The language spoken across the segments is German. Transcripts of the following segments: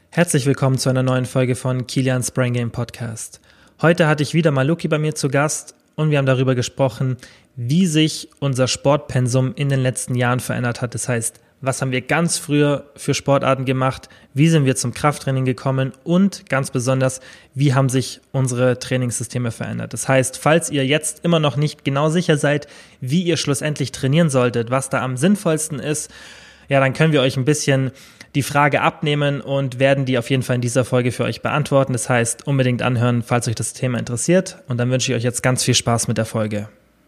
Herzlich willkommen zu einer neuen Folge von Kilians Brain Game Podcast. Heute hatte ich wieder mal Luki bei mir zu Gast und wir haben darüber gesprochen, wie sich unser Sportpensum in den letzten Jahren verändert hat. Das heißt, was haben wir ganz früher für Sportarten gemacht, wie sind wir zum Krafttraining gekommen und ganz besonders, wie haben sich unsere Trainingssysteme verändert. Das heißt, falls ihr jetzt immer noch nicht genau sicher seid, wie ihr schlussendlich trainieren solltet, was da am sinnvollsten ist, ja, dann können wir euch ein bisschen die Frage abnehmen und werden die auf jeden Fall in dieser Folge für euch beantworten. Das heißt, unbedingt anhören, falls euch das Thema interessiert. Und dann wünsche ich euch jetzt ganz viel Spaß mit der Folge.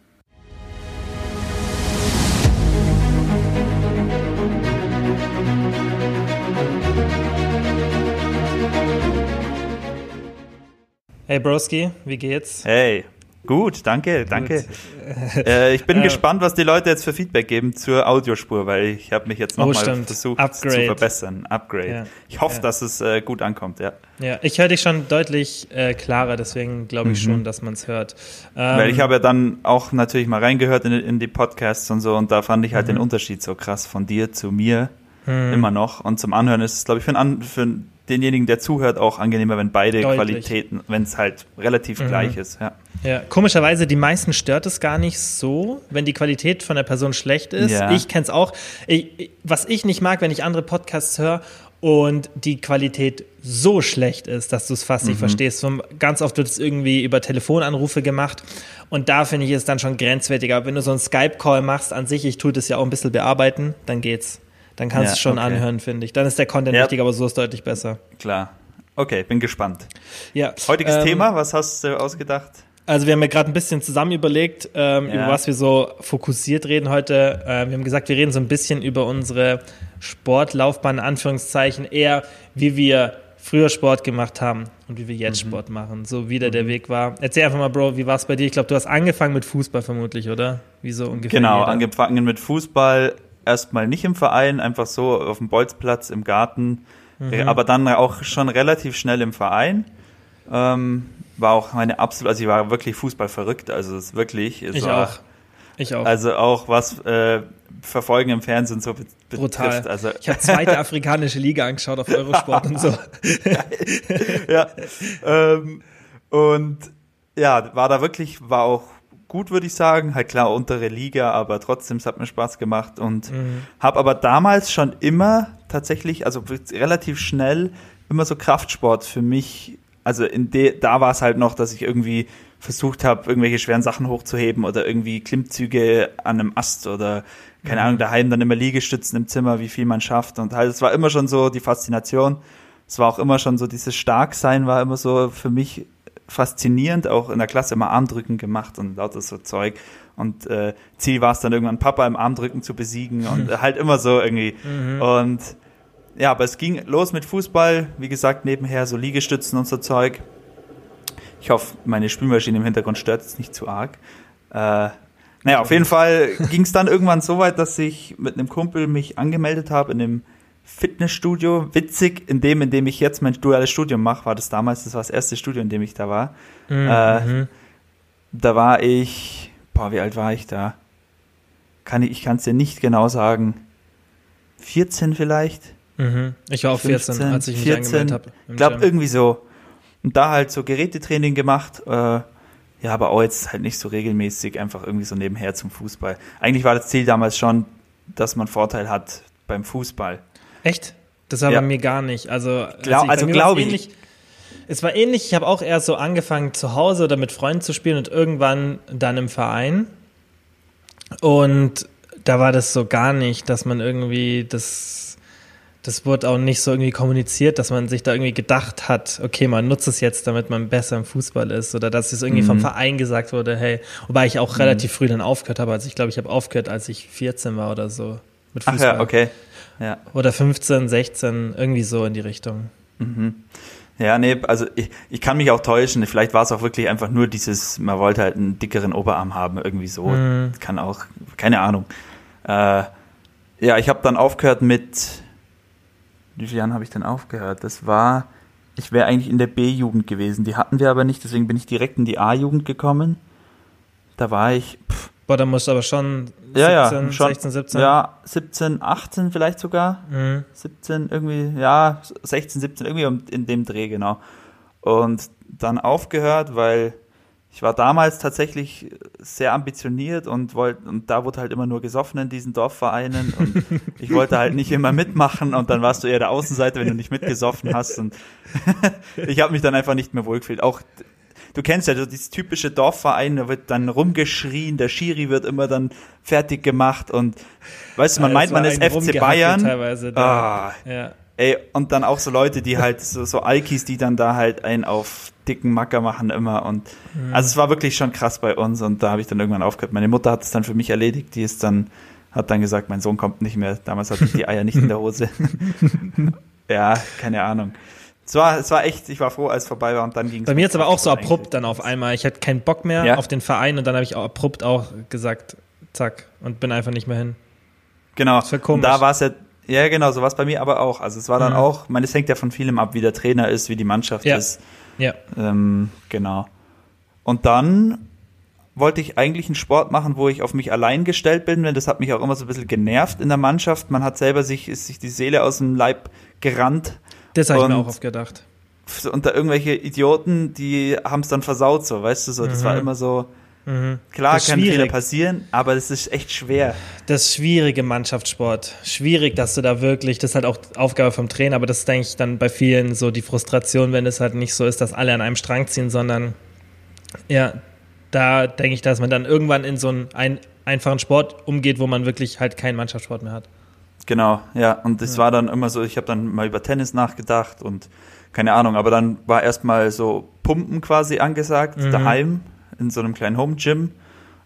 Hey Broski, wie geht's? Hey, gut, danke. Ich bin gespannt, was die Leute jetzt für Feedback geben zur Audiospur, weil ich habe mich jetzt nochmal versucht zu verbessern. Upgrade. Ja. Ich hoffe, dass es gut ankommt, ja. Ja, ich höre dich schon deutlich klarer, deswegen glaube ich schon, dass man es hört. Weil ich habe ja dann auch natürlich mal reingehört in die Podcasts und so und da fand ich halt den Unterschied so krass von dir zu mir immer noch. Und zum Anhören ist es, glaube ich, für denjenigen, der zuhört, auch angenehmer, wenn beide Qualitäten, wenn es halt relativ gleich ist. Ja, komischerweise, die meisten stört es gar nicht so, wenn die Qualität von der Person schlecht ist. Ja. Ich kenne es auch. Was ich nicht mag, wenn ich andere Podcasts höre und die Qualität so schlecht ist, dass du es fast nicht verstehst. Ganz oft wird es irgendwie über Telefonanrufe gemacht und da finde ich es dann schon grenzwertiger. Aber wenn du so einen Skype-Call machst an sich, ich tue das ja auch ein bisschen bearbeiten, dann geht's. Dann kannst du es schon anhören, finde ich. Dann ist der Content wichtig, aber so ist deutlich besser. Klar. Okay, bin gespannt. Ja. Heutiges Thema, was hast du ausgedacht? Also wir haben ja gerade ein bisschen zusammen überlegt, über was wir so fokussiert reden heute. Wir haben gesagt, wir reden so ein bisschen über unsere Sportlaufbahn, in Anführungszeichen, eher wie wir früher Sport gemacht haben und wie wir jetzt Sport machen, so wie der Weg war. Erzähl einfach mal, Bro, wie war es bei dir? Ich glaube, du hast angefangen mit Fußball vermutlich, oder? Wie so ungefähr? Genau, angefangen mit Fußball. Erstmal nicht im Verein, einfach so auf dem Bolzplatz im Garten, aber dann auch schon relativ schnell im Verein. War auch meine absolute, also ich war wirklich Fußball verrückt, also es ist wirklich. Ich auch. Also auch was Verfolgen im Fernsehen so betrifft. Brutal. Also ich habe zweite afrikanische Liga angeschaut auf Eurosport und so. Ja. Und ja, war auch gut, würde ich sagen. Halt klar, untere Liga, aber trotzdem, es hat mir Spaß gemacht und habe aber damals schon immer tatsächlich, also relativ schnell, immer so Kraftsport für mich, also da war es halt noch, dass ich irgendwie versucht habe, irgendwelche schweren Sachen hochzuheben oder irgendwie Klimmzüge an einem Ast oder, keine Ahnung, daheim dann immer Liegestützen im Zimmer, wie viel man schafft und halt, es war immer schon so die Faszination. Es war auch immer schon so, dieses Starksein war immer so für mich faszinierend, auch in der Klasse immer Armdrücken gemacht und lauter so Zeug und Ziel war es dann irgendwann Papa im Armdrücken zu besiegen und halt immer so irgendwie und ja, aber es ging los mit Fußball, wie gesagt, nebenher so Liegestützen und so Zeug. Ich hoffe, meine Spülmaschine im Hintergrund stört es nicht zu arg. Auf jeden Fall ging es dann irgendwann so weit, dass ich mit einem Kumpel mich angemeldet habe in dem Fitnessstudio. Witzig, in dem ich jetzt mein duales Studium mache, war das war das erste Studio, in dem ich da war. Da war ich, wie alt war ich da? Ich kann es dir nicht genau sagen. 14 vielleicht? Ich war auch 14, als ich mich angemeldet habe. Ich glaube irgendwie so. Und da halt so Gerätetraining gemacht, aber auch jetzt halt nicht so regelmäßig, einfach irgendwie so nebenher zum Fußball. Eigentlich war das Ziel damals schon, dass man Vorteil hat beim Fußball. Echt? Das war bei mir gar nicht. Also glaube ich. Es war ähnlich, ich habe auch erst so angefangen zu Hause oder mit Freunden zu spielen und irgendwann dann im Verein. Und da war das so gar nicht, dass man irgendwie das wurde auch nicht so irgendwie kommuniziert, dass man sich da irgendwie gedacht hat, okay, man nutzt es jetzt, damit man besser im Fußball ist oder dass es irgendwie vom Verein gesagt wurde, hey, wobei ich auch relativ früh dann aufgehört habe. Also ich glaube, ich habe aufgehört, als ich 14 war oder so mit Fußball. Ach ja, okay. Ja. Oder 15, 16, irgendwie so in die Richtung. Ja, nee, also ich kann mich auch täuschen. Vielleicht war es auch wirklich einfach nur man wollte halt einen dickeren Oberarm haben, irgendwie so. Kann auch, keine Ahnung. Ich habe dann aufgehört wie viele Jahren habe ich denn aufgehört? Ich wäre eigentlich in der B-Jugend gewesen. Die hatten wir aber nicht, deswegen bin ich direkt in die A-Jugend gekommen. Da war ich Boah, da musst du aber schon 16, 17. Ja, 17, 18 vielleicht sogar. 17 irgendwie, ja, 16, 17, irgendwie in dem Dreh, genau. Und dann aufgehört, weil ich war damals tatsächlich sehr ambitioniert und da wurde halt immer nur gesoffen in diesen Dorfvereinen und ich wollte halt nicht immer mitmachen und dann warst du eher der Außenseiter, wenn du nicht mitgesoffen hast und ich habe mich dann einfach nicht mehr wohlgefühlt. Auch du kennst ja so dieses typische Dorfverein, da wird dann rumgeschrien, der Schiri wird immer dann fertig gemacht und weißt du, man meint, man ist FC Bayern. Teilweise da. Ja. Ey, und dann auch so Leute, die halt so Alkis, die dann da halt einen auf dicken Macker machen immer und also es war wirklich schon krass bei uns und da habe ich dann irgendwann aufgehört. Meine Mutter hat es dann für mich erledigt, hat dann gesagt, mein Sohn kommt nicht mehr. Damals hatte ich die Eier nicht in der Hose. Ja, keine Ahnung. Es war echt, ich war froh, als es vorbei war und dann ging es. Bei mir jetzt aber auch so abrupt dann auf einmal. Ich hatte keinen Bock mehr auf den Verein und dann habe ich auch abrupt auch gesagt, zack, und bin einfach nicht mehr hin. Genau. Das war komisch. Da war es ja genau, so war es bei mir aber auch. Also es war dann auch, es hängt ja von vielem ab, wie der Trainer ist, wie die Mannschaft ist. Ja. Genau. Und dann wollte ich eigentlich einen Sport machen, wo ich auf mich allein gestellt bin, denn das hat mich auch immer so ein bisschen genervt in der Mannschaft. Man hat selber sich die Seele aus dem Leib gerannt. Das habe ich mir auch oft gedacht. Und da irgendwelche Idioten, die haben es dann versaut, so, weißt du, so. Das war immer so, klar kann Fehler passieren, aber das ist echt schwer. Das ist schwierig im Mannschaftssport. Schwierig, dass du da wirklich, das ist halt auch Aufgabe vom Trainer, aber das ist, denke ich, dann bei vielen so die Frustration, wenn es halt nicht so ist, dass alle an einem Strang ziehen, sondern ja, da denke ich, dass man dann irgendwann in so einen einfachen Sport umgeht, wo man wirklich halt keinen Mannschaftssport mehr hat. Genau, ja, und das war dann immer so, ich habe dann mal über Tennis nachgedacht und keine Ahnung, aber dann war erstmal so Pumpen quasi angesagt, daheim, in so einem kleinen Home-Gym,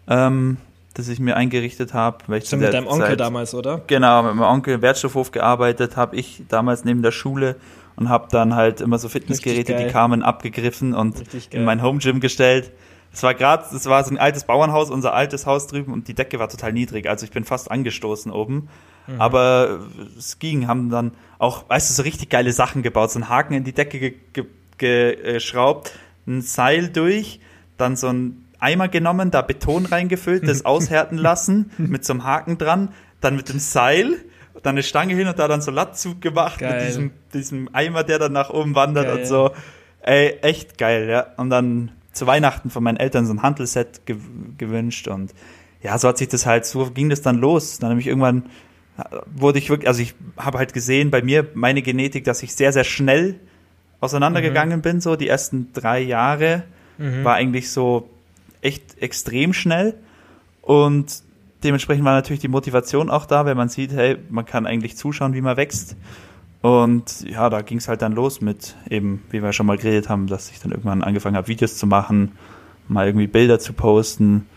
das ich mir eingerichtet habe. Mit deinem Onkel damals, oder? Genau, mit meinem Onkel im Wertstoffhof gearbeitet, habe ich damals neben der Schule und habe dann halt immer so Fitnessgeräte, die kamen, abgegriffen und in mein Home-Gym das war so ein altes Bauernhaus, unser altes Haus drüben und die Decke war total niedrig, also ich bin fast angestoßen oben, aber es ging, haben dann auch, weißt du, so richtig geile Sachen gebaut, so einen Haken in die Decke geschraubt, ein Seil durch, dann so ein Eimer genommen, da Beton reingefüllt, das aushärten lassen, mit so einem Haken dran, dann mit dem Seil, dann eine Stange hin und da dann so Lattzug gemacht, geil. Mit diesem Eimer, der dann nach oben wandert geil. Und so, ey, echt geil, ja, und dann zu Weihnachten von meinen Eltern so ein Hantelset gewünscht und ja, so ging das dann los. Dann habe ich irgendwann, ich habe halt gesehen bei mir, meine Genetik, dass ich sehr, sehr schnell auseinandergegangen bin, so die ersten 3 Jahre war eigentlich so echt extrem schnell und dementsprechend war natürlich die Motivation auch da, wenn man sieht, hey, man kann eigentlich zuschauen, wie man wächst. Und ja, da ging es halt dann los mit eben, wie wir schon mal geredet haben, dass ich dann irgendwann angefangen habe, Videos zu machen, mal irgendwie Bilder zu posten.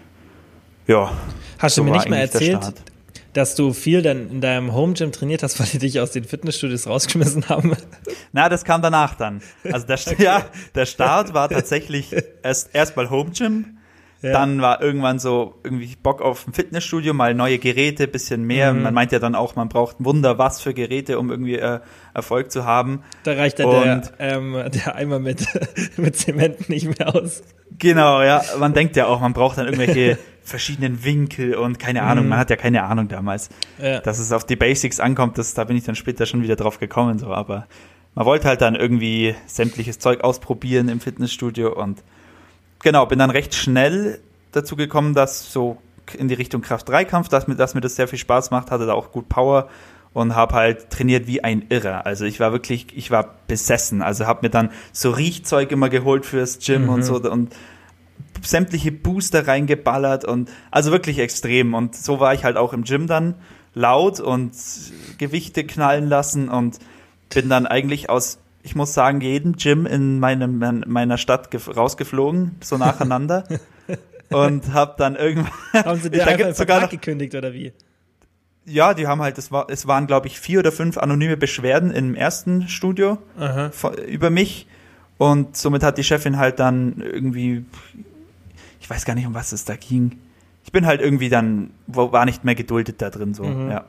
Ja. Hast du mir nicht mal erzählt, dass du viel dann in deinem Home-Gym trainiert hast, weil die dich aus den Fitnessstudios rausgeschmissen haben? Na, das kam danach dann. Also der Start war tatsächlich erst mal Home-Gym. Ja. Dann war irgendwann so irgendwie Bock auf ein Fitnessstudio, mal neue Geräte, bisschen mehr. Man meint ja dann auch, man braucht Wunder was für Geräte, um irgendwie Erfolg zu haben. Da reicht dann der Eimer mit Zement nicht mehr aus. Genau, ja. Man denkt ja auch, man braucht dann irgendwelche verschiedenen Winkel und keine Ahnung. Man hat ja keine Ahnung damals. Ja. Dass es auf die Basics ankommt, da bin ich dann später schon wieder drauf gekommen. So. Aber man wollte halt dann irgendwie sämtliches Zeug ausprobieren im Fitnessstudio und genau, bin dann recht schnell dazu gekommen, dass so in die Richtung Kraft-3-Kampf, dass mir das sehr viel Spaß macht, hatte da auch gut Power und habe halt trainiert wie ein Irrer. Also ich war besessen. Also habe mir dann so Riechzeug immer geholt fürs Gym und so und sämtliche Booster reingeballert und also wirklich extrem. Und so war ich halt auch im Gym dann laut und Gewichte knallen lassen und bin dann eigentlich ich muss sagen, jeden Gym in meiner Stadt rausgeflogen, so nacheinander. Und hab dann irgendwann... Haben sie dir einfach einen Vertrag gekündigt, oder wie? Ja, die haben halt, es waren, glaube ich, 4 oder 5 anonyme Beschwerden im ersten Studio über mich. Und somit hat die Chefin halt dann irgendwie, ich weiß gar nicht, um was es da ging. Ich bin halt irgendwie dann, war nicht mehr geduldet da drin, so, ja.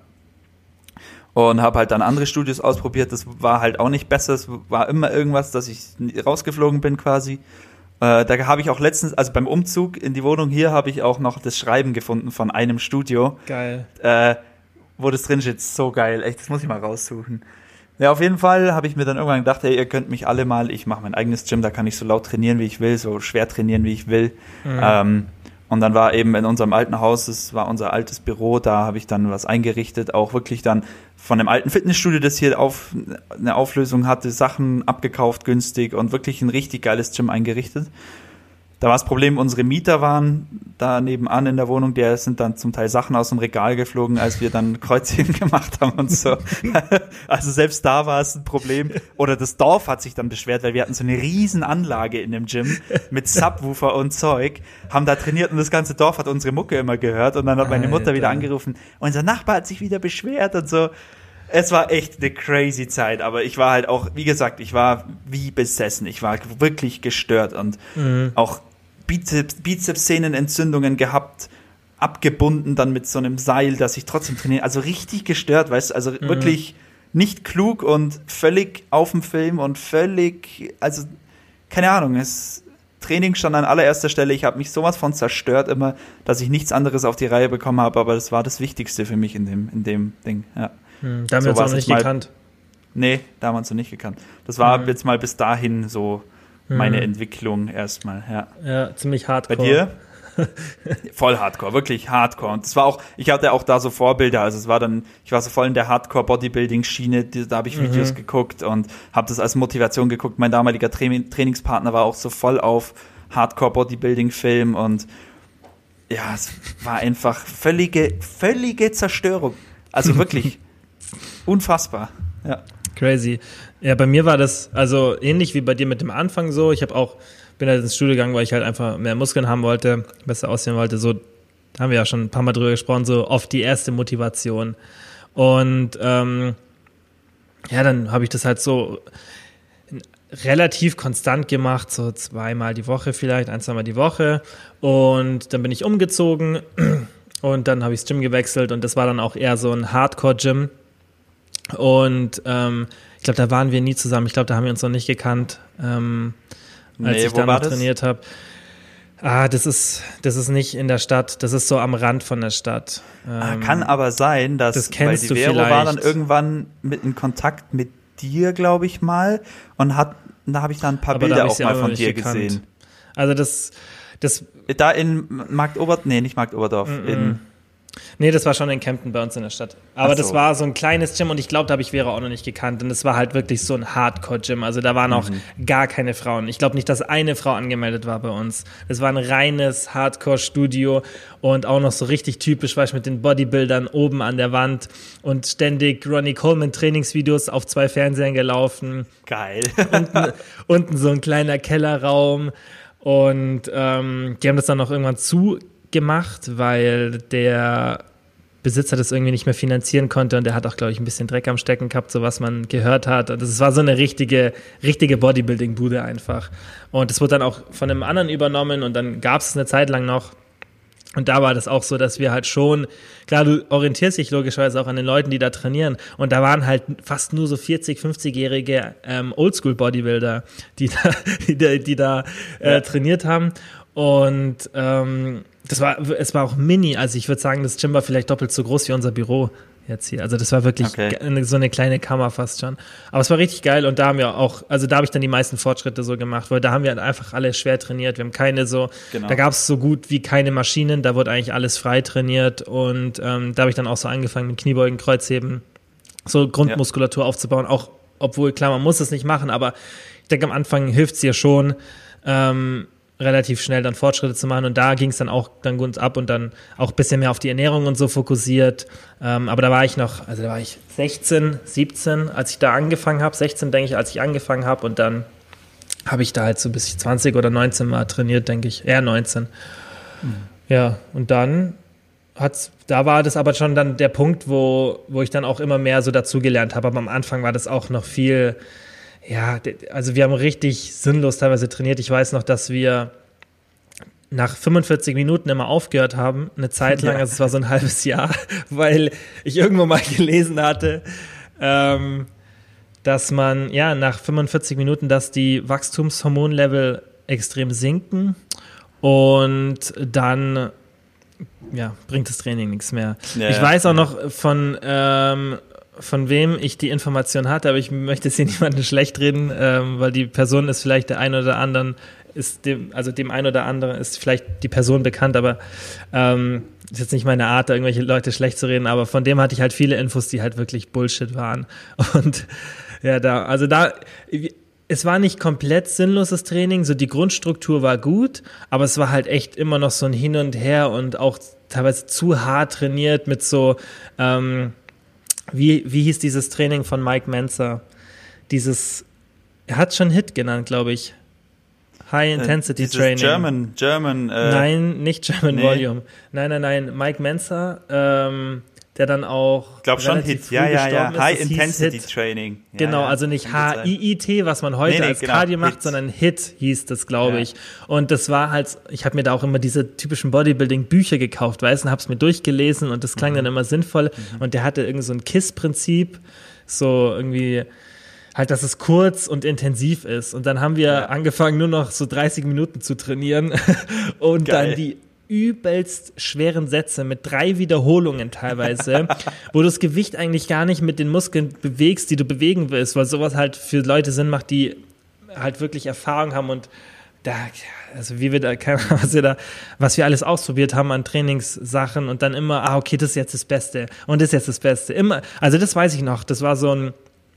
Und habe halt dann andere Studios ausprobiert, das war halt auch nicht besser, es war immer irgendwas, dass ich rausgeflogen bin quasi Da habe ich auch letztens, also beim Umzug in die Wohnung hier, habe ich auch noch das Schreiben gefunden von einem Studio. Geil. Wo das drin steht. So geil. Echt, das muss ich mal raussuchen. Ja, auf jeden Fall habe ich mir dann irgendwann gedacht, hey, ihr könnt mich alle mal, ich mache mein eigenes Gym, da kann ich so laut trainieren, wie ich will, so schwer trainieren, wie ich will. Und dann war eben in unserem alten Haus, das war unser altes Büro, da habe ich dann was eingerichtet, auch wirklich dann von dem alten Fitnessstudio, das hier eine Auflösung hatte, Sachen abgekauft günstig und wirklich ein richtig geiles Gym eingerichtet. Da war das Problem, unsere Mieter waren da nebenan in der Wohnung, der sind dann zum Teil Sachen aus dem Regal geflogen, als wir dann Kreuzheben gemacht haben und so. Also selbst da war es ein Problem. Oder das Dorf hat sich dann beschwert, weil wir hatten so eine riesen Anlage in dem Gym mit Subwoofer und Zeug, haben da trainiert und das ganze Dorf hat unsere Mucke immer gehört und dann hat meine Mutter wieder angerufen, unser Nachbar hat sich wieder beschwert und so. Es war echt eine crazy Zeit, aber ich war halt auch, wie gesagt, ich war wie besessen. Ich war wirklich gestört und auch Bizepssehnenentzündungen gehabt, abgebunden dann mit so einem Seil, dass ich trotzdem trainiere. Also richtig gestört, weißt du, also wirklich nicht klug und völlig auf dem Film und völlig, also keine Ahnung, Training stand an allererster Stelle. Ich habe mich sowas von zerstört immer, dass ich nichts anderes auf die Reihe bekommen habe, aber das war das Wichtigste für mich in dem Ding, ja. Da haben wir uns auch noch nicht gekannt. Nee, da haben wir uns noch nicht gekannt. Das war jetzt mal bis dahin so meine Entwicklung erstmal, ja. Ja, ziemlich hardcore. Bei dir? Voll hardcore, wirklich hardcore. Und das war auch, ich hatte auch da so Vorbilder, also ich war so voll in der Hardcore-Bodybuilding-Schiene, da habe ich Videos geguckt und habe das als Motivation geguckt. Mein damaliger Trainingspartner war auch so voll auf Hardcore-Bodybuilding-Film und ja, es war einfach völlige Zerstörung. Also wirklich unfassbar, ja. Crazy. Ja, bei mir war das also ähnlich wie bei dir mit dem Anfang so. Ich bin halt ins Studio gegangen, weil ich halt einfach mehr Muskeln haben wollte, besser aussehen wollte. So, da haben wir ja schon ein paar Mal drüber gesprochen, so oft die erste Motivation. Und dann habe ich das halt so relativ konstant gemacht, so 2-mal die Woche vielleicht, 1-2-mal die Woche. Und dann bin ich umgezogen und dann habe ich das Gym gewechselt und das war dann auch eher so ein Hardcore-Gym. Und ich glaube, da waren wir nie zusammen. Ich glaube, da haben wir uns noch nicht gekannt, als ich da noch trainiert habe. Das ist nicht in der Stadt. Das ist so am Rand von der Stadt. Kann aber sein, dass weil die Vero war dann irgendwann in Kontakt mit dir, glaube ich mal, und da habe ich dann ein paar Bilder auch mal von dir gesehen. Also das da in nicht Marktoberdorf, Nee, das war schon in Kempten bei uns in der Stadt. Aber das war so ein kleines Gym und ich glaube, da habe ich Vera auch noch nicht gekannt. Und das war halt wirklich so ein Hardcore-Gym. Also da waren auch gar keine Frauen. Ich glaube nicht, dass eine Frau angemeldet war bei uns. Das war ein reines Hardcore-Studio und auch noch so richtig typisch, weißt du, mit den Bodybuildern oben an der Wand und ständig Ronnie Coleman Trainingsvideos auf 2 Fernsehern gelaufen. Geil. Unten so ein kleiner Kellerraum und die haben das dann noch irgendwann gemacht, weil der Besitzer das irgendwie nicht mehr finanzieren konnte und der hat auch, glaube ich, ein bisschen Dreck am Stecken gehabt, so was man gehört hat. Und das war so eine richtige Bodybuilding-Bude einfach. Und das wurde dann auch von einem anderen übernommen und dann gab es eine Zeit lang noch. Und da war das auch so, dass wir halt schon, klar, du orientierst dich logischerweise auch an den Leuten, die da trainieren. Und da waren halt fast nur so 40-, 50-jährige Oldschool-Bodybuilder, die da trainiert haben. Und es war auch mini, also ich würde sagen, das Gym war vielleicht doppelt so groß wie unser Büro jetzt hier. Also das war wirklich so eine kleine Kammer fast schon. Aber es war richtig geil und da haben wir auch, also da habe ich dann die meisten Fortschritte so gemacht, weil da haben wir halt einfach alle schwer trainiert. Wir haben keine da gab es so gut wie keine Maschinen, da wurde eigentlich alles frei trainiert und da habe ich dann auch so angefangen mit Kniebeugen, Kreuzheben, so Grundmuskulatur aufzubauen, auch obwohl, klar, man muss es nicht machen, aber ich denke, am Anfang hilft es dir schon, relativ schnell dann Fortschritte zu machen und da ging es dann auch dann gut ab und dann auch ein bisschen mehr auf die Ernährung und so fokussiert, aber da war ich 16, 17, als ich da angefangen habe, 16 denke ich, als ich angefangen habe und dann habe ich da halt so bis 20 oder 19 Mal trainiert, denke ich, eher 19. Ja, und dann da war das aber schon dann der Punkt, wo ich dann auch immer mehr so dazugelernt habe, aber am Anfang war das auch noch viel. Ja, also wir haben richtig sinnlos teilweise trainiert. Ich weiß noch, dass wir nach 45 Minuten immer aufgehört haben, eine Zeit lang, also es war so ein halbes Jahr, weil ich irgendwo mal gelesen hatte, dass man, nach 45 Minuten, dass die Wachstumshormonlevel extrem sinken und dann bringt das Training nichts mehr. Ja, ich weiß auch noch von wem ich die Information hatte, aber ich möchte jetzt hier niemanden schlecht reden, weil die Person ist vielleicht dem einen oder anderen ist vielleicht die Person bekannt, aber ist jetzt nicht meine Art, da irgendwelche Leute schlecht zu reden, aber von dem hatte ich halt viele Infos, die halt wirklich Bullshit waren. Und es war nicht komplett sinnloses Training, so die Grundstruktur war gut, aber es war halt echt immer noch so ein Hin und Her und auch teilweise zu hart trainiert mit so, wie hieß dieses Training von Mike Mentzer? Er hat schon Hit genannt, glaube ich. High-Intensity-Training. German. Nein, nicht German Volume. Nein. Mike Mentzer, der dann auch. Ich glaube schon Hit. Ja. High-Intensity-Training. Genau, also nicht HIIT, was man heute als Cardio macht, sondern Hit hieß das, glaube ich. Und das war halt, ich habe mir da auch immer diese typischen Bodybuilding-Bücher gekauft, weißt du, und habe es mir durchgelesen und das klang dann immer sinnvoll. Und der hatte irgendwie so ein KISS-Prinzip, so irgendwie. Halt, dass es kurz und intensiv ist. Und dann haben wir angefangen, nur noch so 30 Minuten zu trainieren und dann die übelst schweren Sätze mit 3 Wiederholungen teilweise, wo du das Gewicht eigentlich gar nicht mit den Muskeln bewegst, die du bewegen willst, weil sowas halt für Leute Sinn macht, die halt wirklich Erfahrung haben und da, also wie wir da, keine Ahnung, was wir alles ausprobiert haben an Trainingssachen und dann immer, okay, das ist jetzt das Beste und das ist jetzt das Beste. Immer, also das weiß ich noch, das war so eine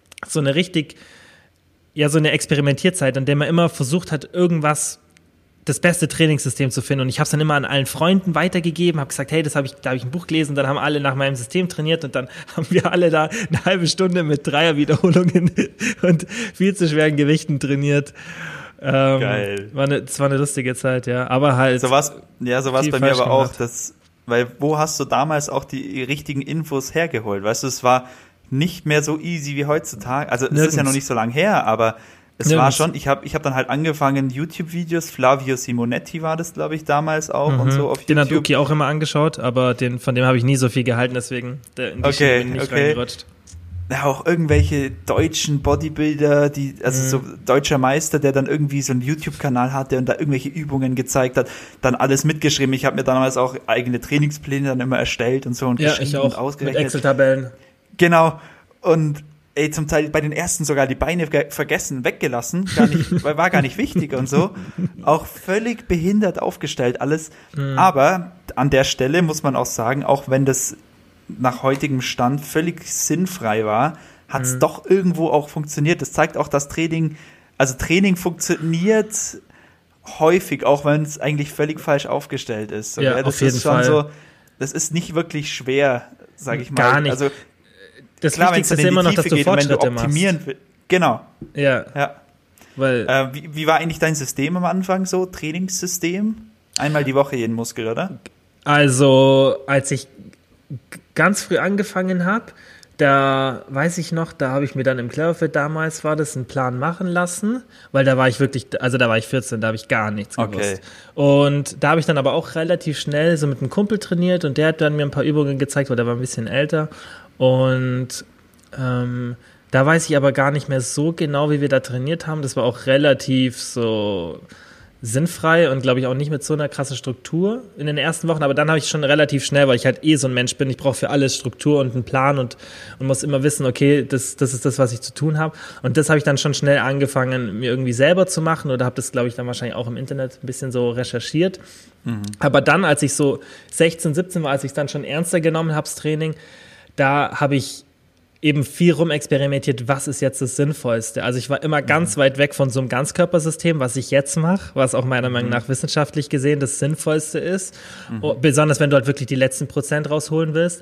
Experimentierzeit, in der man immer versucht hat, das beste Trainingssystem zu finden. Und ich habe es dann immer an allen Freunden weitergegeben, habe gesagt, hey, da habe ich ein Buch gelesen, dann haben alle nach meinem System trainiert und dann haben wir alle da eine halbe Stunde mit 3er-Wiederholungen und viel zu schweren Gewichten trainiert. Geil. Es war eine lustige Zeit, ja. Aber halt. So war's bei mir aber auch, weil wo hast du damals auch die richtigen Infos hergeholt? Weißt du, es war nicht mehr so easy wie heutzutage. Also es ist ja noch nicht so lange her, aber es war schon, ich hab dann halt angefangen, YouTube-Videos, Flavio Simonetti war das, glaube ich, damals auch und so auf YouTube. Den hat Uki auch immer angeschaut, aber von dem habe ich nie so viel gehalten, deswegen bin ich nicht reingerutscht. Ja, auch irgendwelche deutschen Bodybuilder, so deutscher Meister, der dann irgendwie so einen YouTube-Kanal hatte und da irgendwelche Übungen gezeigt hat, dann alles mitgeschrieben. Ich habe mir damals auch eigene Trainingspläne dann immer erstellt und so und geschrieben ich auch, und ausgerechnet. Mit Excel-Tabellen. Genau. Und zum Teil bei den ersten sogar die Beine weggelassen, war gar nicht wichtig und so. Auch völlig behindert aufgestellt alles. Aber an der Stelle muss man auch sagen, auch wenn das nach heutigem Stand völlig sinnfrei war, hat es doch irgendwo auch funktioniert. Das zeigt auch, dass Training funktioniert häufig, auch wenn es eigentlich völlig falsch aufgestellt ist. Ja, das auf jeden ist schon Fall. So, das ist nicht wirklich schwer, sage ich mal. Gar nicht. Also, das klar, Wichtigste ist immer noch, dass du Fortschritte machst. Genau. Ja. Weil, wie war eigentlich dein System am Anfang so? Trainingssystem? Einmal die Woche jeden Muskel, oder? Also, als ich ganz früh angefangen habe, da weiß ich noch, da habe ich mir dann im Cleverfit damals einen Plan machen lassen, weil da war ich 14, da habe ich gar nichts gewusst. Und da habe ich dann aber auch relativ schnell so mit einem Kumpel trainiert und der hat dann mir ein paar Übungen gezeigt, weil der war ein bisschen älter und da weiß ich aber gar nicht mehr so genau, wie wir da trainiert haben. Das war auch relativ so sinnfrei und glaube ich auch nicht mit so einer krassen Struktur in den ersten Wochen, aber dann habe ich schon relativ schnell, weil ich halt so ein Mensch bin, ich brauche für alles Struktur und einen Plan und muss immer wissen, okay, das ist das, was ich zu tun habe und das habe ich dann schon schnell angefangen, mir irgendwie selber zu machen oder habe das, glaube ich, dann wahrscheinlich auch im Internet ein bisschen so recherchiert. Aber dann, als ich so 16, 17 war, als ich es dann schon ernster genommen habe, das Training, da habe ich eben viel rumexperimentiert, was ist jetzt das Sinnvollste. Also ich war immer ganz weit weg von so einem Ganzkörpersystem, was ich jetzt mache, was auch meiner Meinung nach wissenschaftlich gesehen das Sinnvollste ist. Besonders wenn du halt wirklich die letzten Prozent rausholen willst.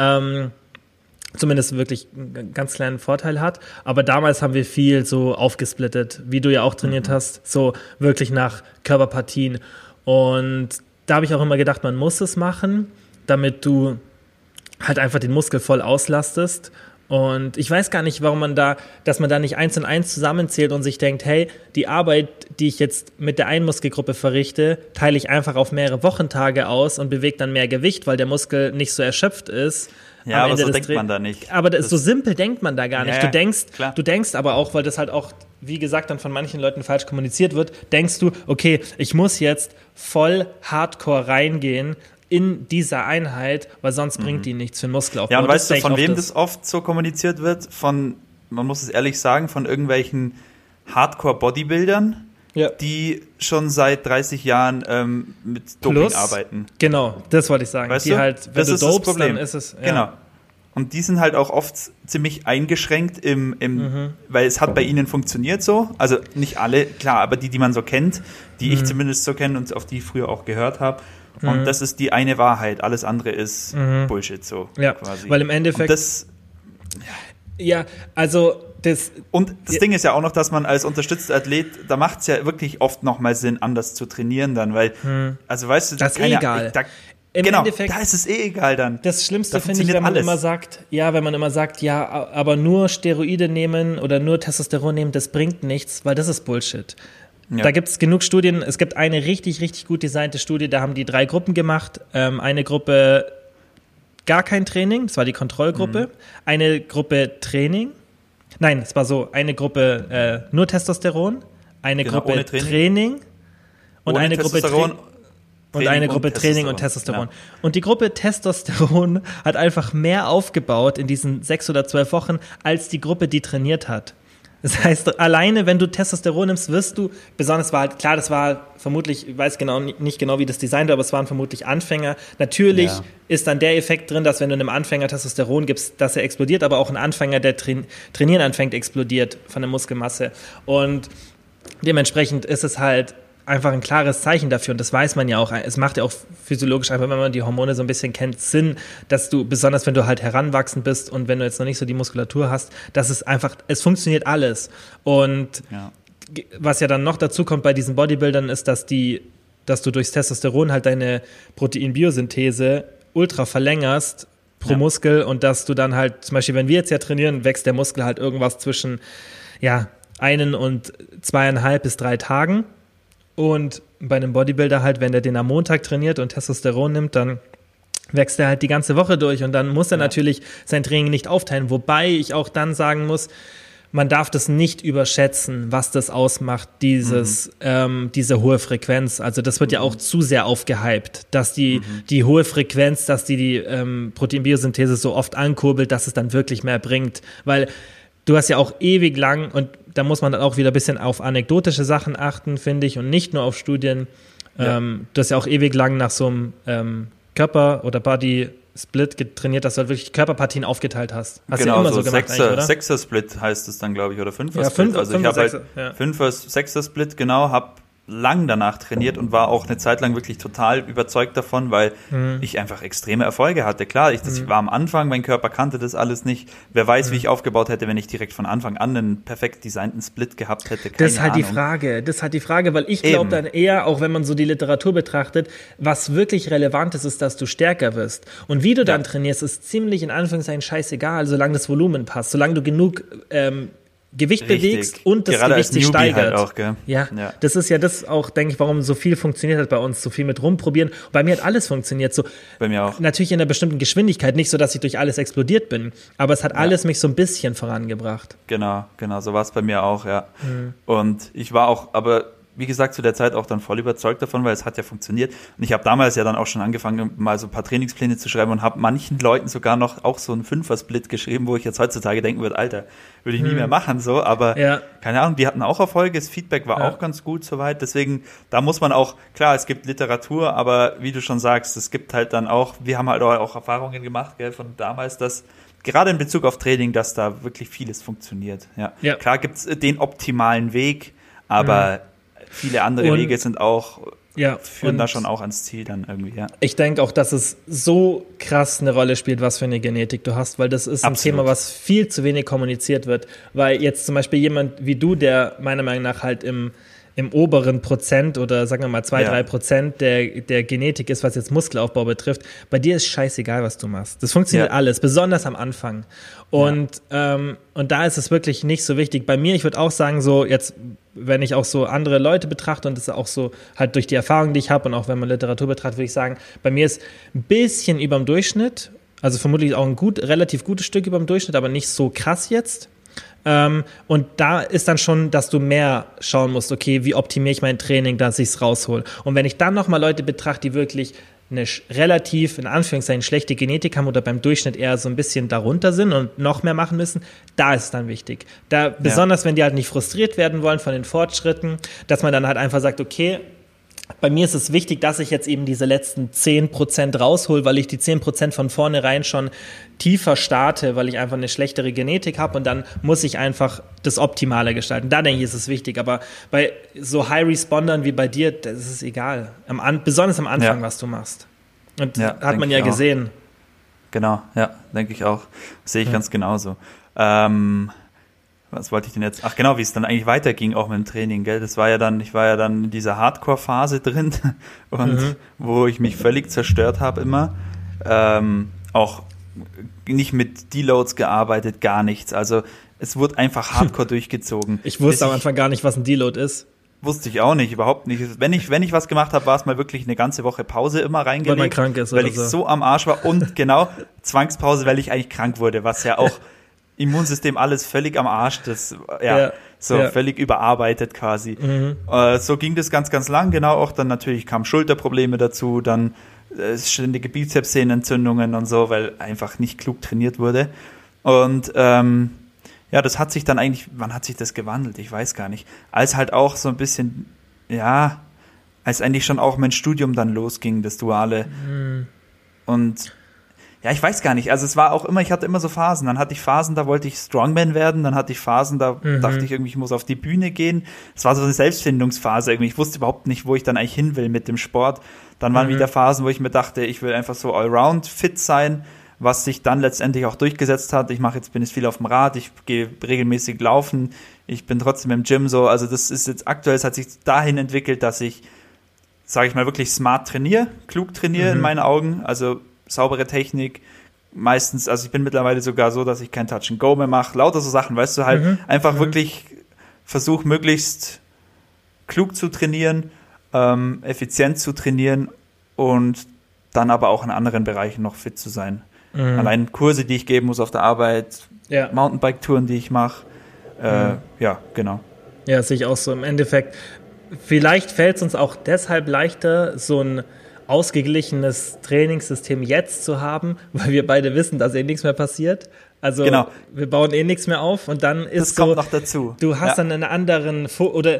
Zumindest wirklich einen ganz kleinen Vorteil hat. Aber damals haben wir viel so aufgesplittet, wie du ja auch trainiert hast, so wirklich nach Körperpartien. Und da habe ich auch immer gedacht, man muss es machen, damit du halt einfach den Muskel voll auslastest. Und ich weiß gar nicht, dass man da nicht 1 und 1 zusammenzählt und sich denkt, hey, die Arbeit, die ich jetzt mit der einen Muskelgruppe verrichte, teile ich einfach auf mehrere Wochentage aus und bewege dann mehr Gewicht, weil der Muskel nicht so erschöpft ist. Ja, am Ende aber so des denkt man da nicht. Aber so simpel denkt man da gar nicht. Ja, Du denkst aber auch, weil das halt auch, wie gesagt, dann von manchen Leuten falsch kommuniziert wird, denkst du, okay, ich muss jetzt voll hardcore reingehen in dieser Einheit, weil sonst bringt die nichts für den Muskelaufbau. Ja, und weißt du, von wem das oft so kommuniziert wird? Man muss es ehrlich sagen, von irgendwelchen Hardcore-Bodybuildern, die schon seit 30 Jahren mit Doping arbeiten. Genau, das wollte ich sagen. Weißt die du? halt, wenn das du ist dopest, das Problem. dann ist es... Ja. Genau. Und die sind halt auch oft ziemlich eingeschränkt weil es hat bei ihnen funktioniert so. Also nicht alle, klar, aber die man so kennt, die ich zumindest so kenne und auf die ich früher auch gehört habe. Und das ist die eine Wahrheit. Alles andere ist Bullshit so quasi. Weil im Endeffekt... Und das Ding ist ja auch noch, dass man als unterstützter Athlet, da macht es ja wirklich oft nochmal Sinn, anders zu trainieren dann, weil, also weißt du, das ist egal. Im Endeffekt, da ist es egal dann. Das Schlimmste finde ich, wenn man immer sagt, aber nur Steroide nehmen oder nur Testosteron nehmen, das bringt nichts, weil das ist Bullshit. Ja. Da gibt es genug Studien. Es gibt eine richtig, richtig gut designte Studie, da haben die 3 Gruppen gemacht. Eine Gruppe gar kein Training, das war die Kontrollgruppe. Eine Gruppe Training. Nein, es war so, eine Gruppe nur Testosteron, eine Gruppe Training und eine Gruppe Training und Testosteron. Ja. Und die Gruppe Testosteron hat einfach mehr aufgebaut in diesen 6 oder 12 Wochen als die Gruppe, die trainiert hat. Das heißt, alleine, wenn du Testosteron nimmst, wirst du, besonders war halt, klar, das war vermutlich, ich weiß nicht genau, wie das designt war, aber es waren vermutlich Anfänger. Natürlich ist dann der Effekt drin, dass wenn du einem Anfänger Testosteron gibst, dass er explodiert, aber auch ein Anfänger, der trainieren anfängt, explodiert von der Muskelmasse. Und dementsprechend ist es halt einfach ein klares Zeichen dafür und das weiß man ja auch. Es macht ja auch physiologisch einfach, wenn man die Hormone so ein bisschen kennt, Sinn, dass du, besonders wenn du halt heranwachsend bist und wenn du jetzt noch nicht so die Muskulatur hast, dass es einfach, es funktioniert alles. Und was ja dann noch dazu kommt bei diesen Bodybuildern ist, dass du durchs Testosteron halt deine Proteinbiosynthese ultra verlängerst pro Muskel und dass du dann halt, zum Beispiel, wenn wir jetzt ja trainieren, wächst der Muskel halt irgendwas zwischen 1 und 2,5 bis 3 Tagen. Und bei einem Bodybuilder halt, wenn der den am Montag trainiert und Testosteron nimmt, dann wächst er halt die ganze Woche durch und dann muss er natürlich sein Training nicht aufteilen. Wobei ich auch dann sagen muss, man darf das nicht überschätzen, was das ausmacht, diese hohe Frequenz. Also das wird ja auch zu sehr aufgehypt, dass die hohe Frequenz, dass die Proteinbiosynthese so oft ankurbelt, dass es dann wirklich mehr bringt. Weil du hast ja auch ewig lang, und da muss man dann auch wieder ein bisschen auf anekdotische Sachen achten, finde ich, und nicht nur auf Studien. Ja. Du hast ja auch ewig lang nach so einem Körper- oder Body-Split trainiert, dass du halt wirklich Körperpartien aufgeteilt hast. Hast du ja immer so gemacht eigentlich, oder? Sechser-Split heißt es dann, glaube ich, oder Fünfer-Split. Also ich habe halt Fünfer-Sechser-Split, genau, habe lang danach trainiert und war auch eine Zeit lang wirklich total überzeugt davon, weil ich einfach extreme Erfolge hatte. Klar, ich war am Anfang, mein Körper kannte das alles nicht. Wer weiß, wie ich aufgebaut hätte, wenn ich direkt von Anfang an einen perfekt designten Split gehabt hätte. Das ist halt die Frage, weil ich glaube dann eher, auch wenn man so die Literatur betrachtet, was wirklich relevant ist, dass du stärker wirst. Und wie du dann trainierst, ist ziemlich in Anführungszeichen scheißegal, solange das Volumen passt, solange du genug Gewicht bewegst und das gerade Gewicht sich steigert. Halt auch, gell? Ja, das ist ja das auch, denke ich, warum so viel funktioniert hat bei uns, so viel mit rumprobieren. Bei mir hat alles funktioniert. So, bei mir auch. Natürlich in einer bestimmten Geschwindigkeit, nicht so, dass ich durch alles explodiert bin, aber es hat alles mich so ein bisschen vorangebracht. Genau, so war es bei mir auch, ja. Und ich war auch, aber wie gesagt, zu der Zeit auch dann voll überzeugt davon, weil es hat ja funktioniert. Und ich habe damals ja dann auch schon angefangen, mal so ein paar Trainingspläne zu schreiben und habe manchen Leuten sogar noch auch so einen Fünfer-Split geschrieben, wo ich jetzt heutzutage denken würde, Alter, würde ich nie mehr machen, so. Aber keine Ahnung, die hatten auch Erfolge, das Feedback war auch ganz gut soweit. Deswegen, da muss man auch, klar, es gibt Literatur, aber wie du schon sagst, es gibt halt dann auch, wir haben halt auch Erfahrungen gemacht, gell, von damals, dass gerade in Bezug auf Training, dass da wirklich vieles funktioniert. Ja. Klar gibt's den optimalen Weg, aber viele andere Wege sind auch, führen da schon auch ans Ziel dann irgendwie, Ich denke auch, dass es so krass eine Rolle spielt, was für eine Genetik du hast, weil das ist ein Thema, was viel zu wenig kommuniziert wird, weil jetzt zum Beispiel jemand wie du, der meiner Meinung nach halt im oberen Prozent oder sagen wir mal 2-3% der Genetik ist, was jetzt Muskelaufbau betrifft, bei dir ist scheißegal, was du machst. Das funktioniert alles, besonders am Anfang. Und da ist es wirklich nicht so wichtig. Bei mir, ich würde auch sagen, so jetzt, wenn ich auch so andere Leute betrachte und das auch so halt durch die Erfahrung, die ich habe und auch wenn man Literatur betrachtet, würde ich sagen, bei mir ist ein bisschen über dem Durchschnitt, Also vermutlich auch ein relativ gutes Stück über dem Durchschnitt, aber nicht so krass jetzt. Und da ist dann schon, dass du mehr schauen musst, okay, wie optimiere ich mein Training, dass ich es raushol. Und wenn ich dann nochmal Leute betrachte, die wirklich eine relativ, in Anführungszeichen, schlechte Genetik haben oder beim Durchschnitt eher so ein bisschen darunter sind und noch mehr machen müssen, da ist es dann wichtig. Besonders wenn die halt nicht frustriert werden wollen von den Fortschritten, dass man dann halt einfach sagt, okay, bei mir ist es wichtig, dass ich jetzt eben diese letzten 10% raushol, weil ich die 10% von vornherein schon tiefer starte, weil ich einfach eine schlechtere Genetik habe und dann muss ich einfach das Optimale gestalten. Da denke ich, ist es wichtig. Aber bei so High-Respondern wie bei dir, das ist es egal. Besonders am Anfang, was du machst. Und hat man ja gesehen. Genau, ja, denke ich auch. Das sehe ich ganz genauso. Was wollte ich denn jetzt? Ach genau, wie es dann eigentlich weiterging, auch mit dem Training, gell? Ich war ja dann in dieser Hardcore-Phase drin und wo ich mich völlig zerstört habe immer. Auch nicht mit Deloads gearbeitet, gar nichts. Also es wurde einfach Hardcore durchgezogen. Ich wusste am Anfang gar nicht, was ein Deload ist. Wusste ich auch nicht, überhaupt nicht. Wenn ich was gemacht habe, war es mal wirklich eine ganze Woche Pause immer reingelegt. Weil man krank ist weil ich so am Arsch war und genau, Zwangspause, weil ich eigentlich krank wurde, was ja auch Immunsystem alles völlig am Arsch, völlig überarbeitet quasi. So ging das ganz, ganz lang, genau, auch dann natürlich kamen Schulterprobleme dazu, dann ständige Bizepssehnenentzündungen und so, weil einfach nicht klug trainiert wurde. Und das hat sich dann eigentlich, wann hat sich das gewandelt? Ich weiß gar nicht. Als halt auch so ein bisschen, als eigentlich schon auch mein Studium dann losging, das Duale. Und ja, ich weiß gar nicht. Also es war auch immer, ich hatte immer so Phasen. Dann hatte ich Phasen, da wollte ich Strongman werden. Dann hatte ich Phasen, da dachte ich irgendwie, ich muss auf die Bühne gehen. Es war so eine Selbstfindungsphase irgendwie. Ich wusste überhaupt nicht, wo ich dann eigentlich hin will mit dem Sport. Dann waren wieder Phasen, wo ich mir dachte, ich will einfach so allround fit sein, was sich dann letztendlich auch durchgesetzt hat. Bin jetzt viel auf dem Rad, ich gehe regelmäßig laufen, ich bin trotzdem im Gym so. Also das ist jetzt aktuell, es hat sich dahin entwickelt, dass ich, sage ich mal, wirklich smart trainiere, klug trainiere in meinen Augen. Also saubere Technik, meistens, also ich bin mittlerweile sogar so, dass ich kein Touch and Go mehr mache, lauter so Sachen, weißt du, halt einfach wirklich versuche, möglichst klug zu trainieren, effizient zu trainieren und dann aber auch in anderen Bereichen noch fit zu sein. Allein Kurse, die ich geben muss auf der Arbeit, Mountainbike-Touren, die ich mache, genau. Ja, sehe ich auch so. Im Endeffekt, vielleicht fällt es uns auch deshalb leichter, so ein ausgeglichenes Trainingssystem jetzt zu haben, weil wir beide wissen, dass nichts mehr passiert. Also wir bauen nichts mehr auf und dann ist das kommt noch dazu. Du hast dann einen anderen oder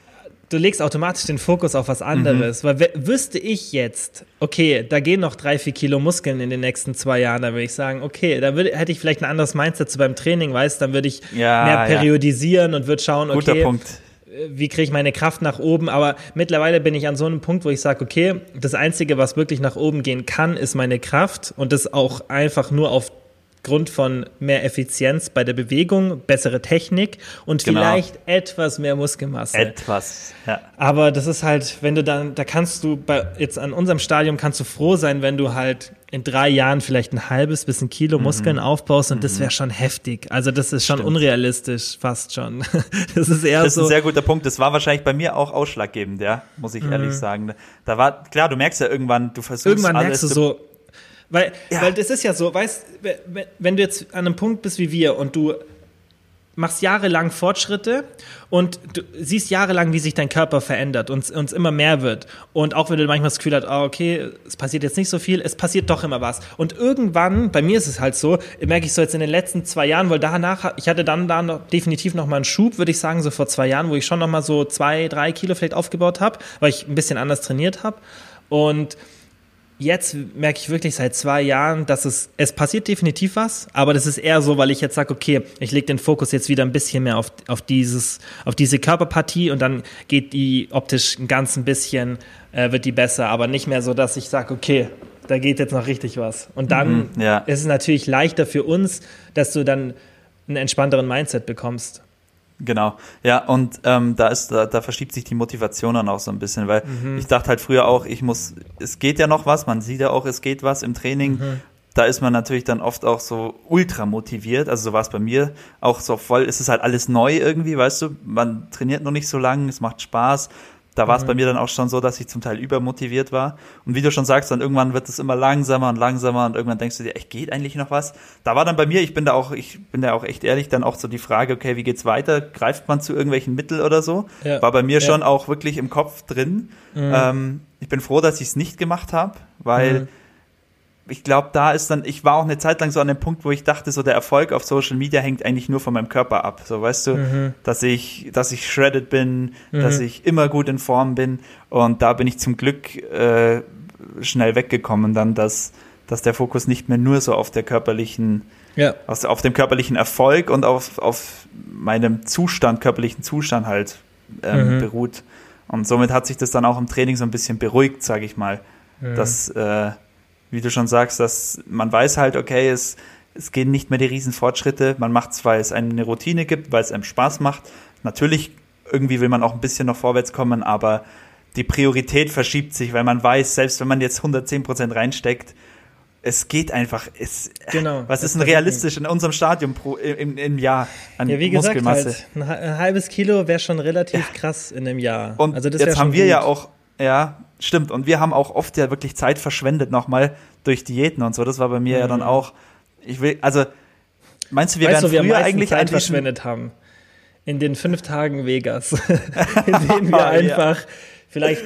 du legst automatisch den Fokus auf was anderes. Weil wüsste ich jetzt, okay, da gehen noch 3-4 Kilo Muskeln in den nächsten 2 Jahren, dann würde ich sagen, okay, da hätte ich vielleicht ein anderes Mindset zu beim Training, weißt, dann würde ich mehr periodisieren und würde schauen, okay, guter Punkt. Wie kriege ich meine Kraft nach oben, aber mittlerweile bin ich an so einem Punkt, wo ich sage, okay, das Einzige, was wirklich nach oben gehen kann, ist meine Kraft und das auch einfach nur aufgrund von mehr Effizienz bei der Bewegung, bessere Technik und vielleicht etwas mehr Muskelmasse. Etwas, ja. Aber das ist halt, wenn du dann, da kannst du jetzt an unserem Stadium kannst du froh sein, wenn du halt in 3 Jahren vielleicht ein halbes bis 1 Kilo Muskeln aufbaust und das wäre schon heftig. Also das ist schon unrealistisch, fast schon. Das ist eher so. Das ist ein sehr guter Punkt. Das war wahrscheinlich bei mir auch ausschlaggebend, muss ich ehrlich sagen. Da war, klar, du merkst ja irgendwann, du versuchst irgendwann alles. Merkst du so, weil das ist ja so, weißt, wenn du jetzt an einem Punkt bist wie wir und du machst jahrelang Fortschritte und du siehst jahrelang, wie sich dein Körper verändert und uns immer mehr wird. Und auch wenn du manchmal das Gefühl hast, okay, es passiert jetzt nicht so viel, es passiert doch immer was. Und irgendwann, bei mir ist es halt so, merke ich so jetzt in den letzten 2 Jahren, weil ich hatte dann da noch definitiv noch mal einen Schub, würde ich sagen, so vor 2 Jahren, wo ich schon noch mal so 2-3 Kilo vielleicht aufgebaut habe, weil ich ein bisschen anders trainiert habe. Und jetzt merke ich wirklich seit 2 Jahren, dass es passiert definitiv was, aber das ist eher so, weil ich jetzt sage, okay, ich lege den Fokus jetzt wieder ein bisschen mehr auf diese Körperpartie und dann geht die optisch ein ganz ein bisschen, wird die besser, aber nicht mehr so, dass ich sage, okay, da geht jetzt noch richtig was. Und dann ist es natürlich leichter für uns, dass du dann einen entspannteren Mindset bekommst. Genau, ja, und da verschiebt sich die Motivation dann auch so ein bisschen, weil ich dachte halt früher auch, es geht ja noch was, man sieht ja auch, es geht was im Training, da ist man natürlich dann oft auch so ultra motiviert, also so war es bei mir, auch so voll, es ist halt alles neu irgendwie, weißt du, man trainiert noch nicht so lange, es macht Spaß, Da war es bei mir dann auch schon so, dass ich zum Teil übermotiviert war. Und wie du schon sagst, dann irgendwann wird es immer langsamer und langsamer und irgendwann denkst du dir, echt, geht eigentlich noch was? Da war dann bei mir, ich bin da auch echt ehrlich, dann auch so die Frage, okay, wie geht's weiter? Greift man zu irgendwelchen Mitteln oder so? Ja. War bei mir schon auch wirklich im Kopf drin. Ich bin froh, dass ich es nicht gemacht habe, weil ich glaube, ich war auch eine Zeit lang so an dem Punkt, wo ich dachte, so der Erfolg auf Social Media hängt eigentlich nur von meinem Körper ab. So, weißt du, dass ich shredded bin, dass ich immer gut in Form bin. Und da bin ich zum Glück schnell weggekommen dann, dass der Fokus nicht mehr nur so auf der körperlichen, auf dem körperlichen Erfolg und auf meinem körperlichen Zustand halt beruht. Und somit hat sich das dann auch im Training so ein bisschen beruhigt, sage ich mal, dass wie du schon sagst, dass man weiß halt, okay, es gehen nicht mehr die Riesenfortschritte. Man macht es, weil es einem eine Routine gibt, weil es einem Spaß macht. Natürlich, irgendwie will man auch ein bisschen noch vorwärts kommen, aber die Priorität verschiebt sich, weil man weiß, selbst wenn man jetzt 110% reinsteckt, es geht einfach. Was ist denn realistisch in unserem Stadium im Jahr an wie Muskelmasse? Gesagt, halt, ein halbes Kilo wäre schon relativ krass in einem Jahr. Und also das jetzt haben wir ja auch, stimmt. Und wir haben auch oft ja wirklich Zeit verschwendet nochmal durch Diäten und so. Das war bei mir ja dann auch. Meinst du, wir wären früher eigentlich Zeit verschwendet haben? In den 5 Tagen Vegas. In denen wir einfach vielleicht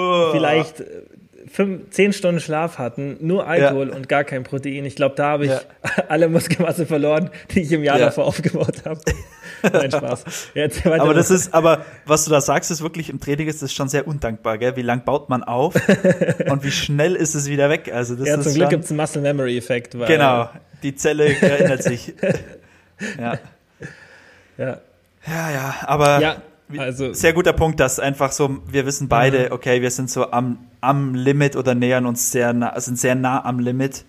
10 Stunden Schlaf hatten, nur Alkohol und gar kein Protein. Ich glaube, da habe ich alle Muskelmasse verloren, die ich im Jahr davor aufgebaut habe. Nein, Spaß. Aber was du da sagst, ist wirklich im Training ist das schon sehr undankbar, gell? Wie lang baut man auf und wie schnell ist es wieder weg? Also das zum Glück gibt es einen Muscle Memory Effekt. Genau, die Zelle erinnert sich. Aber sehr guter Punkt, dass einfach so, wir wissen beide, okay, wir sind so am Limit oder nähern uns sind sehr nah am Limit.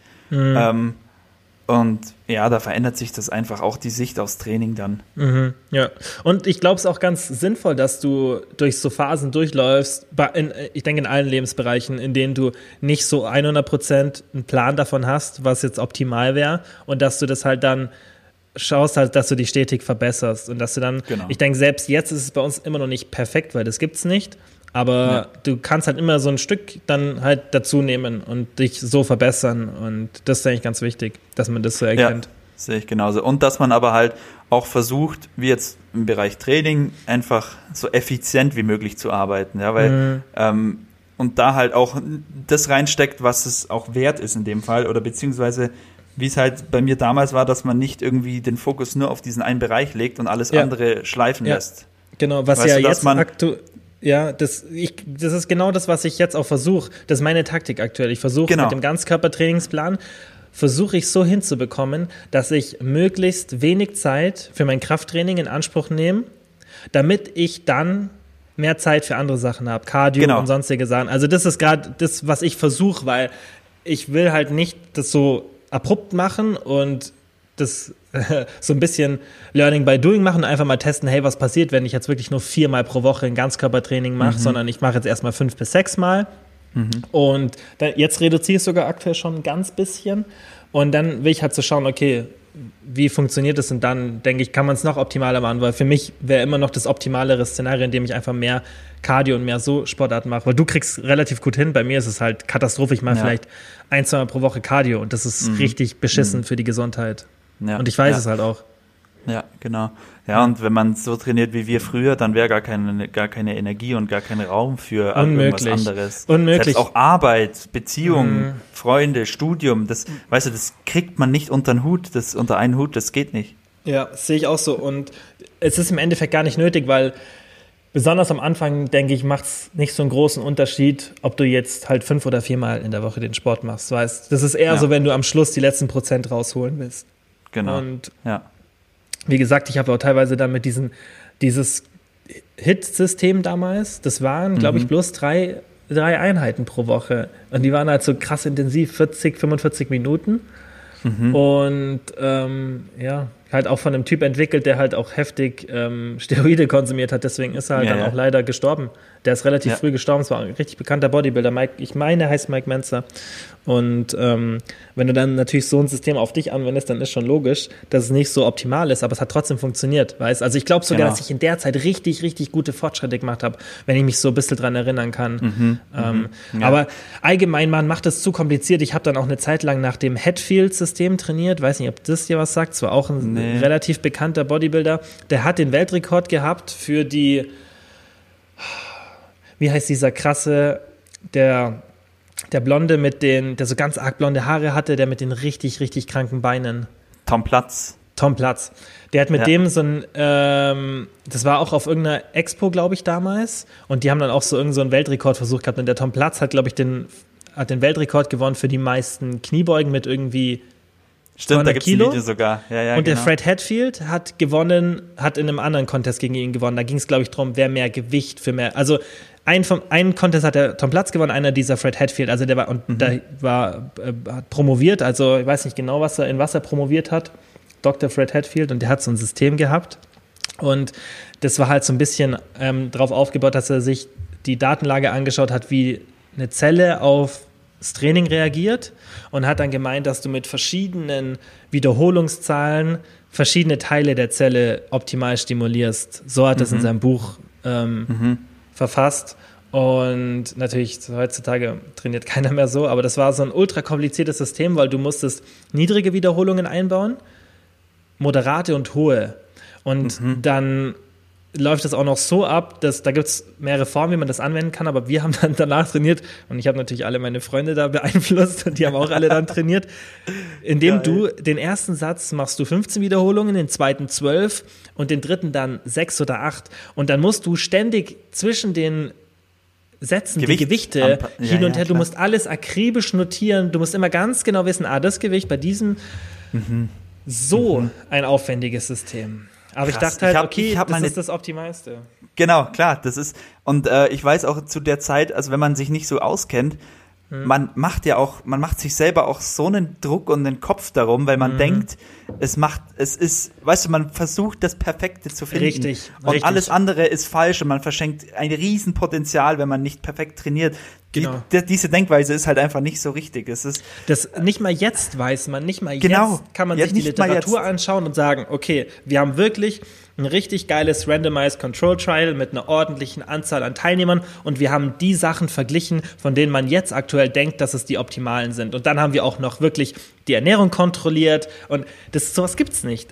Und da verändert sich das einfach auch die Sicht aufs Training dann. Ja, und ich glaube, es ist auch ganz sinnvoll, dass du durch so Phasen durchläufst, ich denke in allen Lebensbereichen, in denen du nicht so 100% einen Plan davon hast, was jetzt optimal wäre und dass du das halt dann schaust halt, dass du dich stetig verbesserst und dass du dann, ich denke, selbst jetzt ist es bei uns immer noch nicht perfekt, weil das gibt's nicht, aber du kannst halt immer so ein Stück dann halt dazu nehmen und dich so verbessern und das ist eigentlich ganz wichtig, dass man das so erkennt. Ja, sehe ich genauso. Und dass man aber halt auch versucht, wie jetzt im Bereich Training, einfach so effizient wie möglich zu arbeiten, ja, weil und da halt auch das reinsteckt, was es auch wert ist in dem Fall oder beziehungsweise wie es halt bei mir damals war, dass man nicht irgendwie den Fokus nur auf diesen einen Bereich legt und alles andere schleifen lässt. Genau, was weißt jetzt das ist genau das, was ich jetzt auch versuche. Das ist meine Taktik aktuell. Ich versuche mit dem Ganzkörpertrainingsplan, versuche ich so hinzubekommen, dass ich möglichst wenig Zeit für mein Krafttraining in Anspruch nehme, damit ich dann mehr Zeit für andere Sachen habe, Cardio und sonstige Sachen. Also das ist gerade das, was ich versuche, weil ich will halt nicht das so abrupt machen und das so ein bisschen Learning by Doing machen, einfach mal testen, hey, was passiert, wenn ich jetzt wirklich nur 4-mal pro Woche ein Ganzkörpertraining mache, sondern ich mache jetzt erstmal 5 bis 6 Mal und jetzt reduziere ich sogar aktuell schon ein ganz bisschen und dann will ich halt so schauen, okay, wie funktioniert das und dann, denke ich, kann man es noch optimaler machen, weil für mich wäre immer noch das optimalere Szenario, in dem ich einfach mehr Cardio und mehr so Sportarten mache, weil du kriegst relativ gut hin, bei mir ist es halt Katastrophe, ich mache vielleicht 1-2 Mal pro Woche Cardio und das ist richtig beschissen für die Gesundheit. Ja. Und ich weiß es halt auch. Ja, genau. Ja, und wenn man so trainiert wie wir früher, dann wäre gar keine Energie und gar kein Raum für irgendwas anderes. Unmöglich. Selbst auch Arbeit, Beziehungen, Freunde, Studium, das kriegt man nicht unter einen Hut, das geht nicht. Ja, das sehe ich auch so. Und es ist im Endeffekt gar nicht nötig, weil besonders am Anfang, denke ich, macht es nicht so einen großen Unterschied, ob du jetzt halt 5 oder 4 Mal in der Woche den Sport machst. Weißt, das ist eher so, wenn du am Schluss die letzten Prozent rausholen willst. Genau. Und wie gesagt, ich habe auch teilweise damit dieses HIIT-System damals, das waren, glaube ich, bloß 3 Einheiten pro Woche. Und die waren halt so krass intensiv, 40, 45 Minuten. Und halt auch von einem Typ entwickelt, der halt auch heftig Steroide konsumiert hat. Deswegen ist er halt dann auch leider gestorben. Der ist relativ früh gestorben. Es war ein richtig bekannter Bodybuilder. Ich meine, er heißt Mike Mentzer. Und wenn du dann natürlich so ein System auf dich anwendest, dann ist schon logisch, dass es nicht so optimal ist, aber es hat trotzdem funktioniert. Weißt? Also ich glaube sogar, dass ich in der Zeit richtig, richtig gute Fortschritte gemacht habe, wenn ich mich so ein bisschen dran erinnern kann. Aber allgemein, man macht es zu kompliziert. Ich habe dann auch eine Zeit lang nach dem Hatfield-System trainiert. Weiß nicht, ob das dir was sagt. Es war auch ein relativ bekannter Bodybuilder. Der hat den Weltrekord gehabt für die, wie heißt dieser krasse, der Blonde der so ganz arg blonde Haare hatte, der mit den richtig, richtig kranken Beinen. Tom Platz. Der hat mit dem so ein, das war auch auf irgendeiner Expo, glaube ich, damals. Und die haben dann auch so irgendeinen so einen Weltrekordversuch gehabt. Und der Tom Platz hat, glaube ich, den Weltrekord gewonnen für die meisten Kniebeugen mit irgendwie Stimmt, da gibt es ein Video sogar. Und der Fred Hatfield hat in einem anderen Contest gegen ihn gewonnen. Da ging es, glaube ich, darum, wer mehr Gewicht für mehr. Also einen Contest hat der Tom Platz gewonnen, einer dieser Fred Hatfield. Also der hat promoviert. Also ich weiß nicht genau, in was er promoviert hat. Dr. Fred Hatfield. Und der hat so ein System gehabt. Und das war halt so ein bisschen darauf aufgebaut, dass er sich die Datenlage angeschaut hat, wie eine Zelle auf das Training reagiert und hat dann gemeint, dass du mit verschiedenen Wiederholungszahlen verschiedene Teile der Zelle optimal stimulierst. So hat es in seinem Buch verfasst. Und natürlich, heutzutage trainiert keiner mehr so, aber das war so ein ultra kompliziertes System, weil du musstest niedrige Wiederholungen einbauen, moderate und hohe. Und dann läuft es auch noch so ab, dass da gibt es mehrere Formen, wie man das anwenden kann, aber wir haben dann danach trainiert und ich habe natürlich alle meine Freunde da beeinflusst und die haben auch alle dann trainiert, indem du den ersten Satz machst du 15 Wiederholungen, den zweiten 12 und den dritten dann 6 oder 8 und dann musst du ständig zwischen den Sätzen die Gewichte hin und her, du musst alles akribisch notieren, du musst immer ganz genau wissen, das Gewicht bei diesem ein aufwendiges System. Aber krass. Ich dachte halt, das ist das Optimalste. Genau, klar, das ist, und ich weiß auch zu der Zeit, also wenn man sich nicht so auskennt, man macht sich selber auch so einen Druck und einen Kopf darum, weil man denkt, man versucht das Perfekte zu finden. Richtig. Alles andere ist falsch und man verschenkt ein Riesenpotenzial, wenn man nicht perfekt trainiert. Genau. Diese Denkweise ist halt einfach nicht so richtig. Nicht mal jetzt weiß man, jetzt kann man sich die Literatur anschauen und sagen, okay, wir haben wirklich ein richtig geiles Randomized Control Trial mit einer ordentlichen Anzahl an Teilnehmern und wir haben die Sachen verglichen, von denen man jetzt aktuell denkt, dass es die optimalen sind. Und dann haben wir auch noch wirklich die Ernährung kontrolliert und sowas gibt's nicht.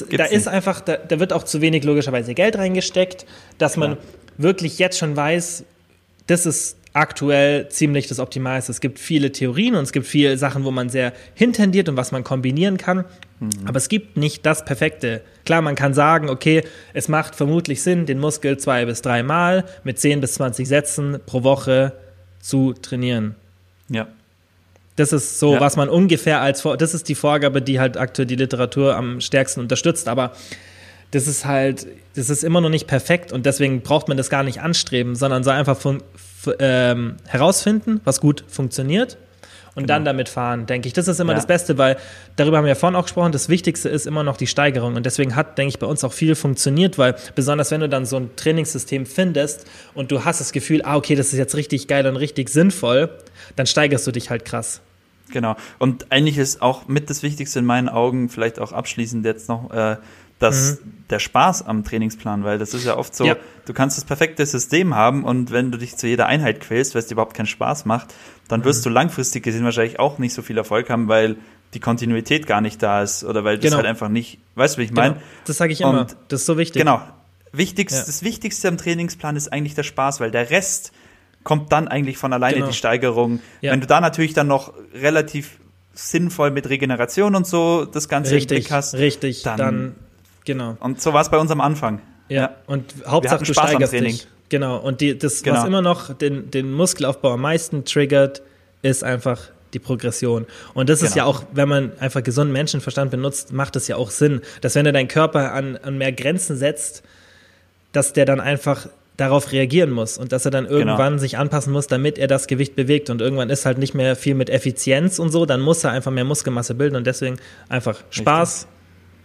Da wird auch zu wenig logischerweise Geld reingesteckt, dass man wirklich jetzt schon weiß, das ist aktuell ziemlich das Optimalste. Es gibt viele Theorien und es gibt viele Sachen, wo man sehr hintendiert und was man kombinieren kann. Aber es gibt nicht das Perfekte. Klar, man kann sagen, okay, es macht vermutlich Sinn, den Muskel 2 bis 3 Mal mit 10 bis 20 Sätzen pro Woche zu trainieren. Ja. Das ist so, was man ungefähr das ist die Vorgabe, die halt aktuell die Literatur am stärksten unterstützt. Aber das ist immer noch nicht perfekt und deswegen braucht man das gar nicht anstreben, sondern soll einfach herausfinden, was gut funktioniert und dann damit fahren, denke ich. Das ist immer das Beste, weil darüber haben wir ja vorhin auch gesprochen, das Wichtigste ist immer noch die Steigerung und deswegen hat, denke ich, bei uns auch viel funktioniert, weil besonders wenn du dann so ein Trainingssystem findest und du hast das Gefühl, okay, das ist jetzt richtig geil und richtig sinnvoll, dann steigerst du dich halt krass. Genau. Und eigentlich ist auch mit das Wichtigste in meinen Augen, vielleicht auch abschließend jetzt noch, der Spaß am Trainingsplan, weil das ist ja oft so, du kannst das perfekte System haben und wenn du dich zu jeder Einheit quälst, weil es dir überhaupt keinen Spaß macht, dann wirst du langfristig gesehen wahrscheinlich auch nicht so viel Erfolg haben, weil die Kontinuität gar nicht da ist oder weil das halt einfach nicht, weißt du, wie ich meine? Genau. Das sage ich immer, und das ist so wichtig. Genau. Das Wichtigste am Trainingsplan ist eigentlich der Spaß, weil der Rest kommt dann eigentlich von alleine, die Steigerung. Ja. Wenn du da natürlich dann noch relativ sinnvoll mit Regeneration und so das Ganze im Blick hast, dann genau. Und so war es bei uns am Anfang. Ja, und Hauptsache du steigerst dich. Genau, und was immer noch den Muskelaufbau am meisten triggert, ist einfach die Progression. Und das ist ja auch, wenn man einfach gesunden Menschenverstand benutzt, macht es ja auch Sinn, dass wenn du deinen Körper an mehr Grenzen setzt, dass der dann einfach darauf reagieren muss und dass er dann irgendwann sich anpassen muss, damit er das Gewicht bewegt und irgendwann ist halt nicht mehr viel mit Effizienz und so, dann muss er einfach mehr Muskelmasse bilden und deswegen einfach Spaß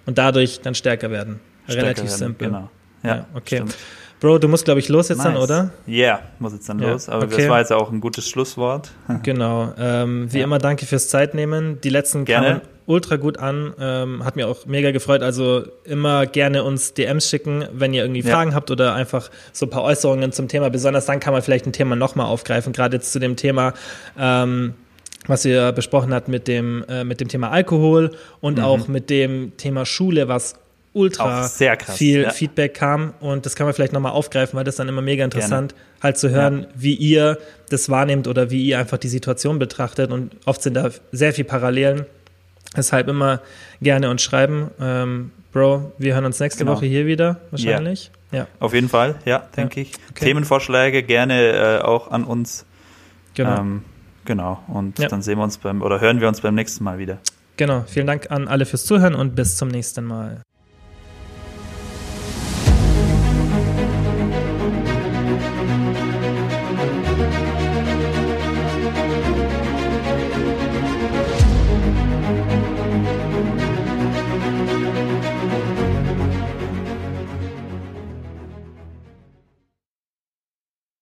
und dadurch dann stärker werden. Relativ simpel. Genau. Ja, okay. Stimmt. Bro, du musst, glaube ich, los jetzt dann, oder? Ja, muss jetzt dann los. Aber das war jetzt auch ein gutes Schlusswort. Genau. Wie immer, danke fürs Zeitnehmen. Die letzten kamen ultra gut an. Hat mir auch mega gefreut. Also immer gerne uns DMs schicken, wenn ihr irgendwie Fragen habt oder einfach so ein paar Äußerungen zum Thema. Besonders dann kann man vielleicht ein Thema nochmal aufgreifen. Gerade jetzt zu dem Thema, was ihr besprochen habt mit dem Thema Alkohol und auch mit dem Thema Schule, was ultra viel Feedback kam, und das kann man vielleicht nochmal aufgreifen, weil das dann immer mega interessant halt zu hören, wie ihr das wahrnehmt oder wie ihr einfach die Situation betrachtet, und oft sind da sehr viel Parallelen, deshalb immer gerne uns schreiben. Bro, wir hören uns nächste Woche hier wieder wahrscheinlich. Ja. Auf jeden Fall, denke ich. Okay. Themenvorschläge gerne auch an uns. Genau, und dann sehen wir uns hören wir uns beim nächsten Mal wieder. Genau, vielen Dank an alle fürs Zuhören und bis zum nächsten Mal.